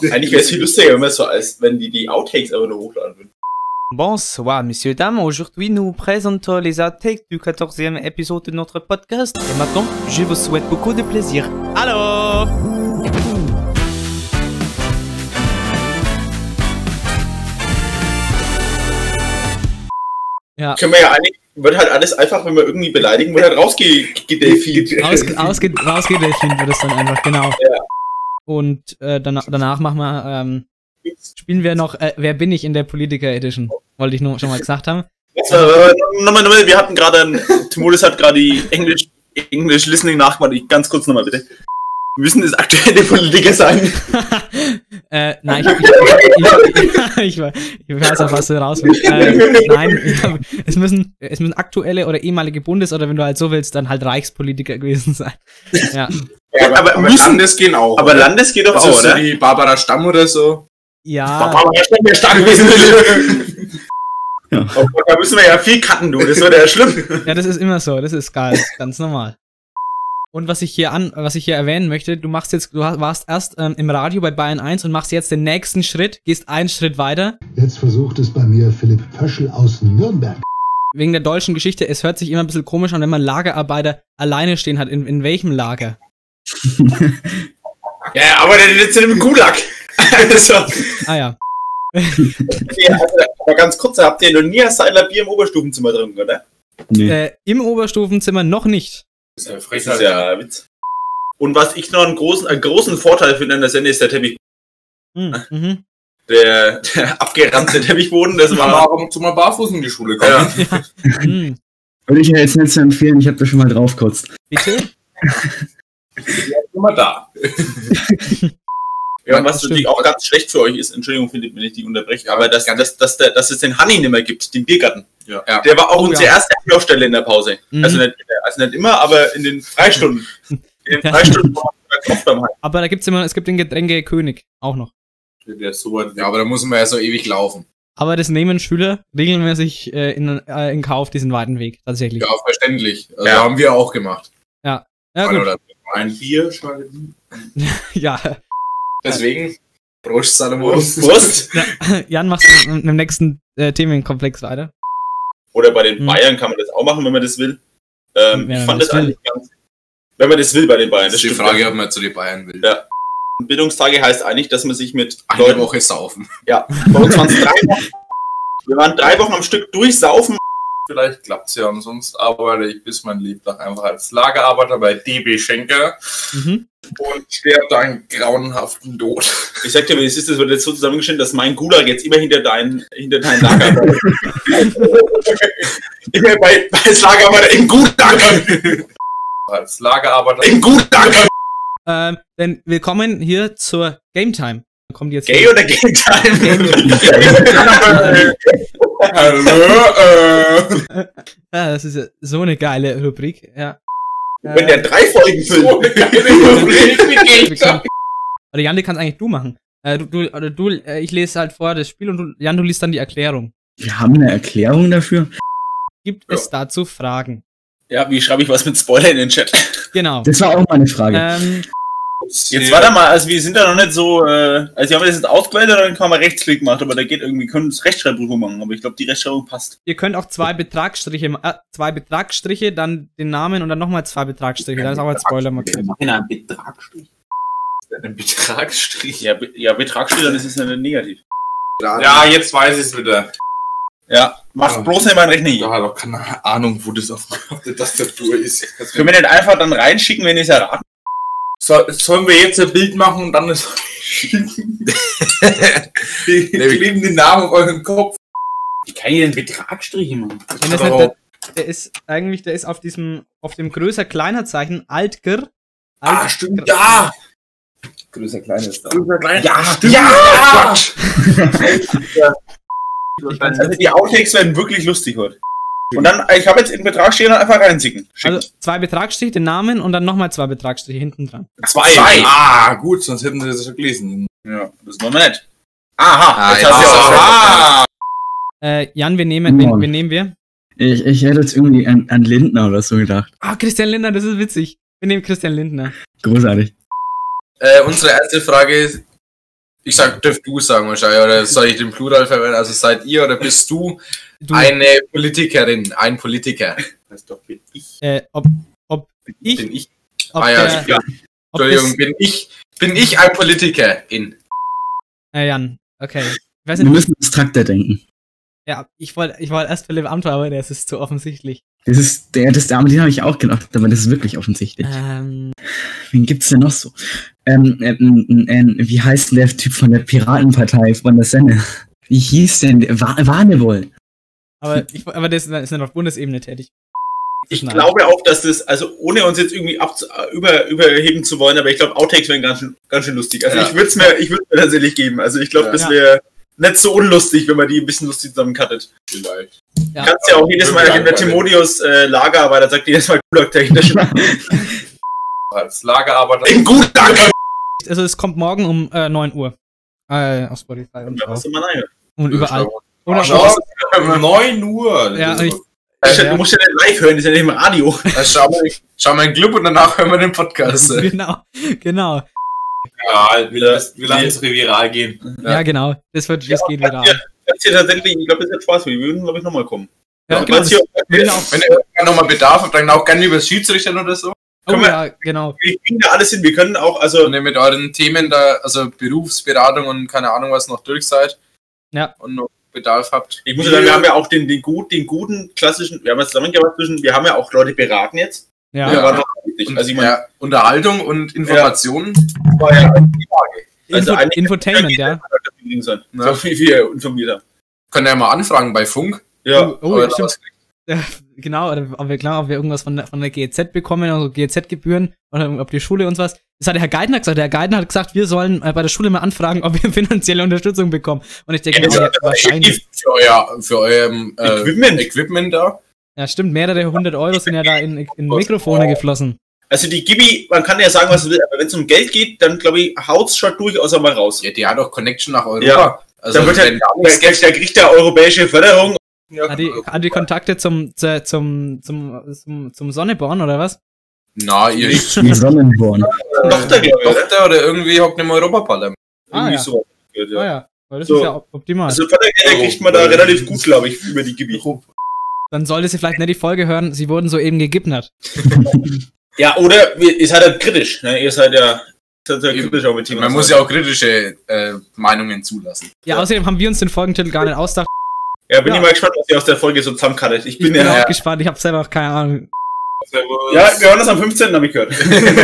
Eigentlich wäre es viel lustiger, wenn die Outtakes aber nur hochladen würden. Bonsoir, messieurs, dames. Aujourd'hui, nous présentons les outtakes du 14e épisode de notre podcast. Et maintenant, je vous souhaite beaucoup de plaisir. Hallo! Ja. Können wir ja eigentlich, wird halt alles einfach, wenn wir irgendwie beleidigen, wird halt rausgedelfint. Rausgedelfint wird es dann einfach, genau. Ja. Und danach machen wir, spielen wir noch Wer bin ich in der Politiker Edition? Wollte ich nur schon mal gesagt haben. Nochmal, wir hatten gerade, Timolis hat gerade die English Listening nachgemacht. Ganz kurz nochmal bitte. Müssen es aktuelle Politiker sein? Nein, ich weiß auch, was du raus willst. Nein, es müssen aktuelle oder ehemalige Bundes- oder wenn du halt so willst, dann halt Reichspolitiker gewesen sein. Ja. Ja, aber Landes gehen auch. Aber oder? Landes geht doch auch, oder? So wie Barbara Stamm oder so. Ja. Barbara Stamm wäre stark gewesen. Ja. Oh Gott, da müssen wir ja viel cutten, du. Das wird ja schlimm. Ja, das ist immer so. Das ist geil. Ganz normal. Und was ich hier erwähnen möchte, du warst erst im Radio bei Bayern 1 und machst jetzt den nächsten Schritt, gehst einen Schritt weiter. Jetzt versucht es bei mir Philipp Pöschl aus Nürnberg. Wegen der deutschen Geschichte, es hört sich immer ein bisschen komisch an, wenn man Lagerarbeiter alleine stehen hat. In welchem Lager? Ja, aber der sitzt in einem Gulag. Also. Ah ja. Aber ganz kurz, habt ihr noch nie ein Seiler Bier im Oberstufenzimmer drin, oder? Nee. Im Oberstufenzimmer noch nicht. Das ist ja Witz. Und was ich noch einen großen Vorteil finde an der Sendung ist der Teppich. Mhm. Der abgerannte Teppichboden, das war... Warum zu mal barfuß in die Schule kommen? Ja. Würde ich ja jetzt nicht so empfehlen, ich habe da schon mal drauf gekotzt. Bitte? Ja, immer da. Ja, und was natürlich auch ganz schlecht für euch ist, Entschuldigung, Philipp, wenn ich die unterbreche, aber dass es den Honey nicht mehr gibt, den Biergarten. Ja. Der war auch unsere erste Anlaufstelle in der Pause. Mhm. Also nicht immer, aber in den Freistunden. In den Freistunden war man oft beim Honey. Aber es gibt den Getränke König auch noch. Der ist so weit, ja, aber da muss man ja so ewig laufen. Aber das nehmen Schüler regelmäßig in Kauf, diesen weiten Weg, tatsächlich. Ja, verständlich. Also haben wir auch gemacht. Ja gut. Oder ein Bier, ja. Deswegen, Prost, Salomos. Prost. Jan, machst du im nächsten Themenkomplex weiter? Oder bei den Bayern kann man das auch machen, wenn man das will. Ich fand das eigentlich ganz... Wenn man das will bei den Bayern. Das ist die Frage, ob man zu den Bayern will. Ja. Bildungstage heißt eigentlich, dass man sich mit eine Woche saufen. Ja, bei uns waren es 3 Wochen. Wir waren 3 Wochen am Stück durchsaufen. Vielleicht klappt es ja umsonst, arbeite ich bis mein Lebtag einfach als Lagerarbeiter bei DB Schenker und sterbe einen grauenhaften Tod. Ich sag dir, wie es ist, das wird jetzt so zusammengestellt, dass mein Gulag jetzt immer hinter dein Lager ich bin als Lagerarbeiter im Gulag. Als Lagerarbeiter im Gulag. Denn willkommen hier zur Game Time. Kommt jetzt Gay oder Game Time? Hallo. Ja, das ist ja so eine geile Rubrik. Ja. Wenn der 3 Folgen füllt. So eine geile Rubrik. Oder Jan, die kannst eigentlich du machen. Ich lese halt vorher das Spiel und Jan, du liest dann die Erklärung. Wir haben eine Erklärung dafür. Gibt es dazu Fragen? Ja, wie schreibe ich was mit Spoiler in den Chat? Genau. Das war auch meine Frage. Jetzt warte mal, also wir sind da noch nicht so, also wir haben das jetzt ausgewählt oder dann kann man Rechtsklick gemacht, aber da geht irgendwie, können uns Rechtschreibprüfung machen, aber ich glaube, die Rechtschreibung passt. Ihr könnt auch 2 Betragsstriche, dann den Namen und dann nochmal 2 Betragsstriche, dann ist auch ein Spoiler markiert. Ein Betragsstrich. Ein Betragsstrich? Ja, Betragsstrich, dann ist es ja nicht negativ. Ja, jetzt weiß ich es wieder. Ja, mach bloß nicht mein Rechner hier. Ich habe doch keine Ahnung, wo das auf der Tastatur ist. Können wir nicht einfach dann reinschicken, wenn ich es erraten? Sollen wir jetzt ein Bild machen und dann es schicken? Wir kleben den Namen auf euren Kopf. Ich kann hier einen Betragsstrich machen. Der ist auf dem größer-kleiner-Zeichen Altger. Ah, stimmt, ja! Größer-kleiner ist da. Größer-kleiner. Ja, stimmt! Ja! Also die Outtakes werden wirklich lustig heute. Und dann, ich habe jetzt in Betrag stehen und einfach reinsicken. Also 2 Betragsstriche, den Namen und dann nochmal 2 Betragsstriche hinten dran. 2! Ah, gut, sonst hätten sie das schon gelesen. Ja, das wollen wir nicht. Aha! Jetzt hast du Jan, wen nehmen wir? Ich hätte jetzt irgendwie an Lindner oder so gedacht. Ah, Christian Lindner, das ist witzig. Wir nehmen Christian Lindner. Großartig. Unsere erste Frage ist, Ich dürf du sagen wahrscheinlich, oder soll ich den Plural verwenden? Also seid ihr oder bist du eine Politikerin, ein Politiker? Das ist doch bin ich. Ob ich? Bin ich? Entschuldigung, bin ich ein Politikerin? Jan, okay. Wir müssen abstrakter denken. Ja, ich wollte erst Philipp Amthor, aber das ist zu offensichtlich. Den habe ich auch gedacht, aber das ist wirklich offensichtlich. Wen gibt's denn noch so? Wie heißt denn der Typ von der Piratenpartei von der Senne? Wie hieß denn? Warnewohl. Aber der ist ja noch auf Bundesebene tätig. Ich glaube auch, dass das, also ohne uns jetzt irgendwie überheben zu wollen, aber ich glaube, Outtakes wären ganz schön lustig. Also ich würde es mir tatsächlich geben. Also ich glaube, das wäre nicht so unlustig, wenn man die ein bisschen lustig zusammencuttet. Vielleicht. Ja. Kannst ja auch jedes Mal, wenn der Timotheus Lagerarbeiter sagt, jedes Mal Gulag dahinter schon. Als Lagerarbeiter. Im Gulag! Also es kommt morgen um 9 Uhr. Auf Spotify. Und überall. Um 9 Uhr. Ja, du musst ja nicht live hören, das ist ja nicht im Radio. Schau mal in den Club und danach hören wir den Podcast. Genau. Ja, wir lassen es viral gehen. Ja, genau. Das geht viral. Das hier tatsächlich, ich glaube, das hat Spaß. Wir würden, glaube ich, nochmal kommen. Ja, genau. Wenn ihr nochmal Bedarf habt, dann auch gerne über das Schiedsrichtern oder so. Genau. Wir kriegen da alles hin. Wir können auch, also... Wenn ihr mit euren Themen da, also Berufsberatung und keine Ahnung was noch durch seid. Ja. Und noch Bedarf habt. Ich muss sagen, wir haben ja auch den guten, klassischen, wir haben ja zusammengebracht wir haben ja auch Leute beraten jetzt. Ja. Also ich meine, Unterhaltung und Informationen. War ja die Frage. Also Infotainment, ja. So wie wir informiert haben. Können ja mal anfragen bei Funk. Ja. Stimmt. Ja, genau, oder ob wir irgendwas von der GEZ bekommen, also GEZ-Gebühren, oder ob die Schule uns was. Das hat der Herr Geithner gesagt. Der Herr Geithner hat gesagt, wir sollen bei der Schule mal anfragen, ob wir finanzielle Unterstützung bekommen. Und ich denke, wahrscheinlich. Für euer Equipment da. Ja, stimmt, mehrere 100 Euro sind ja da in Mikrofone geflossen. Also die Gibi, man kann ja sagen, was es will, aber wenn es um Geld geht, dann glaube ich, haut's schon durchaus einmal raus. Ja, die hat auch Connection nach Europa. Ja. Also dann der kriegt der europäische Förderung. Hat die Kontakte zum Sonneborn oder was? Na, ihr Sonnenborn. Tochter oder irgendwie hockt im Europaparlament. Irgendwie so. Ja. Weil das ist ja optimal. Also Fördergelder kriegt man da relativ gut, glaube ich, über die Gebiete. Dann sollte sie vielleicht nicht die Folge hören, sie wurden soeben gegipnert. Ja, oder ihr seid halt kritisch. Ne? Ihr seid ja kritisch auch mit Thema. Man muss ja auch kritische Meinungen zulassen. Ja, außerdem haben wir uns den Folgentitel gar nicht ausgedacht. Ja, bin ich mal gespannt, was ihr aus der Folge so zusammenkattet. Ich bin auch gespannt, ich habe selber noch keine Ahnung. Ja, wir hören das am 15. habe ich gehört.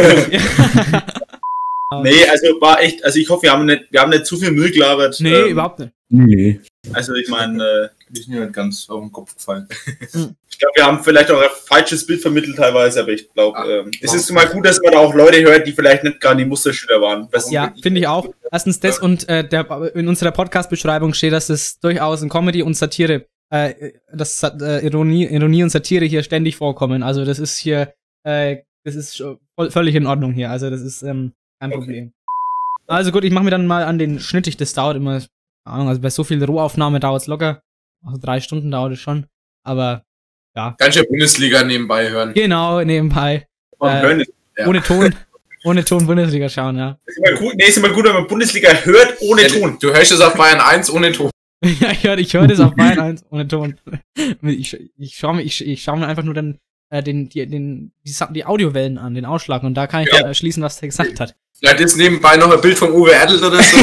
Nee, also war echt, also ich hoffe, wir haben nicht zu viel Müll gelabert. Nee, überhaupt nicht. Nee. Also ich meine, die sind ja nicht ganz auf den Kopf gefallen. Ich glaube, wir haben vielleicht auch ein falsches Bild vermittelt teilweise, aber ich glaube, es ist mal gut, dass man da auch Leute hört, die vielleicht nicht gerade die Musterschüler waren. Ja, finde ich auch. Erstens das und in unserer Podcast-Beschreibung steht, dass es durchaus in Comedy und Satire, dass Ironie und Satire hier ständig vorkommen. Also das ist hier, das ist völlig in Ordnung hier. Also das ist kein Problem. Also gut, ich mache mir dann mal an den Schnitt. Das dauert immer, keine Ahnung, also bei so viel Rohaufnahme dauert es locker. Also 3 Stunden dauert es schon. Aber ja. Kannst du ja Bundesliga nebenbei hören. Genau, nebenbei. Ohne Ton. Ohne Ton Bundesliga schauen, ja. Ist immer gut, wenn man Bundesliga hört ohne Ton. Du hörst es auf Bayern 1 ohne Ton. Ja, ich höre das auf Bayern 1 ohne Ton. Ich schau mir einfach nur dann die Audiowellen an, den Ausschlag, und da kann ich dann erschließen, was der gesagt hat. Ja, jetzt nebenbei noch ein Bild von Uwe Erdl oder so.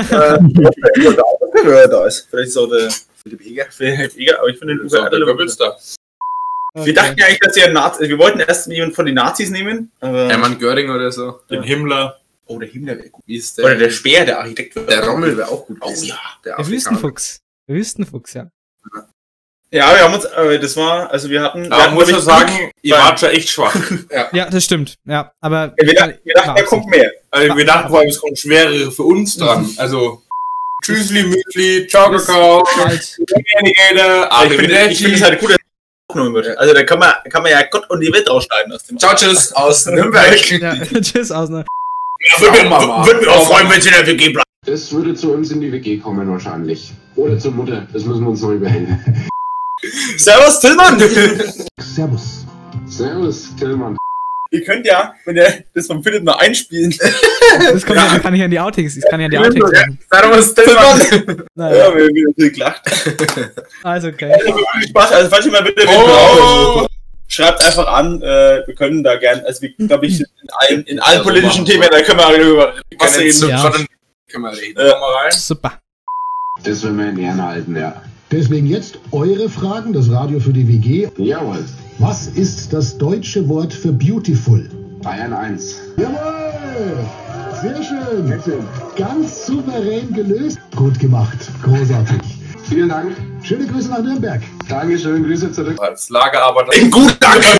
Da ist. Vielleicht ist auch der Philipp Eger, aber ich finde den Uwe Erdl da. Okay. Wir dachten ja eigentlich, dass wir wollten erst jemanden von den Nazis nehmen. Hermann Göring oder so. Den Himmler. Oh, der Himmler wäre gut. Wie ist der? Oder der Speer, der Architekt. Der Rommel wäre auch gut. Oh ja. Der Wüstenfuchs. Der Wüstenfuchs, ja. Ja, wir haben uns, das war, also wir hatten... Aber muss man sagen, ihr wart schon echt schwach. Ja, das stimmt, ja, aber... Wir dachten, da kommt mehr. Also wir dachten, vor allem, es kommt schwerere für uns dran. Also, Tschüssli, Müsli, Ciao, Kakao, ich finde es halt gut, dass es aufgenommen wird. Also da kann man ja Gott und die Welt rausschneiden aus dem... Ciao, tschüss, aus Nürnberg. Tschüss, aus Nürnberg. Würde mich auch freuen, wenn es in der WG bleibt. Das würde zu uns in die WG kommen wahrscheinlich. Oder zur Mutter, das müssen wir uns noch überlegen. Servus, Tillmann! Servus. Servus, Tillmann. Ihr könnt ja, wenn ihr das vom Philipp noch einspielen. Das kommt ja, kann ich an die Outtakes. Das kann ich an die Outtakes machen. Naja. Ja, wir haben viel gelacht. Also, okay. Spaß, also falls ihr mal wieder schreibt einfach an, wir können da gerne, also wir, glaube ich, in allen politischen Themen, da können wir über was reden. Ja. Können wir reden. Mal rein. Super. Das werden wir in Ehren halten, ja. Deswegen jetzt eure Fragen, das Radio für die WG. Jawohl. Was ist das deutsche Wort für beautiful? Bayern 1. Jawohl! Sehr schön. Ganz souverän gelöst. Gut gemacht. Großartig. Vielen Dank. Schöne Grüße nach Nürnberg. Dankeschön, Grüße zurück. Als Lagerarbeiter. Gut, danke.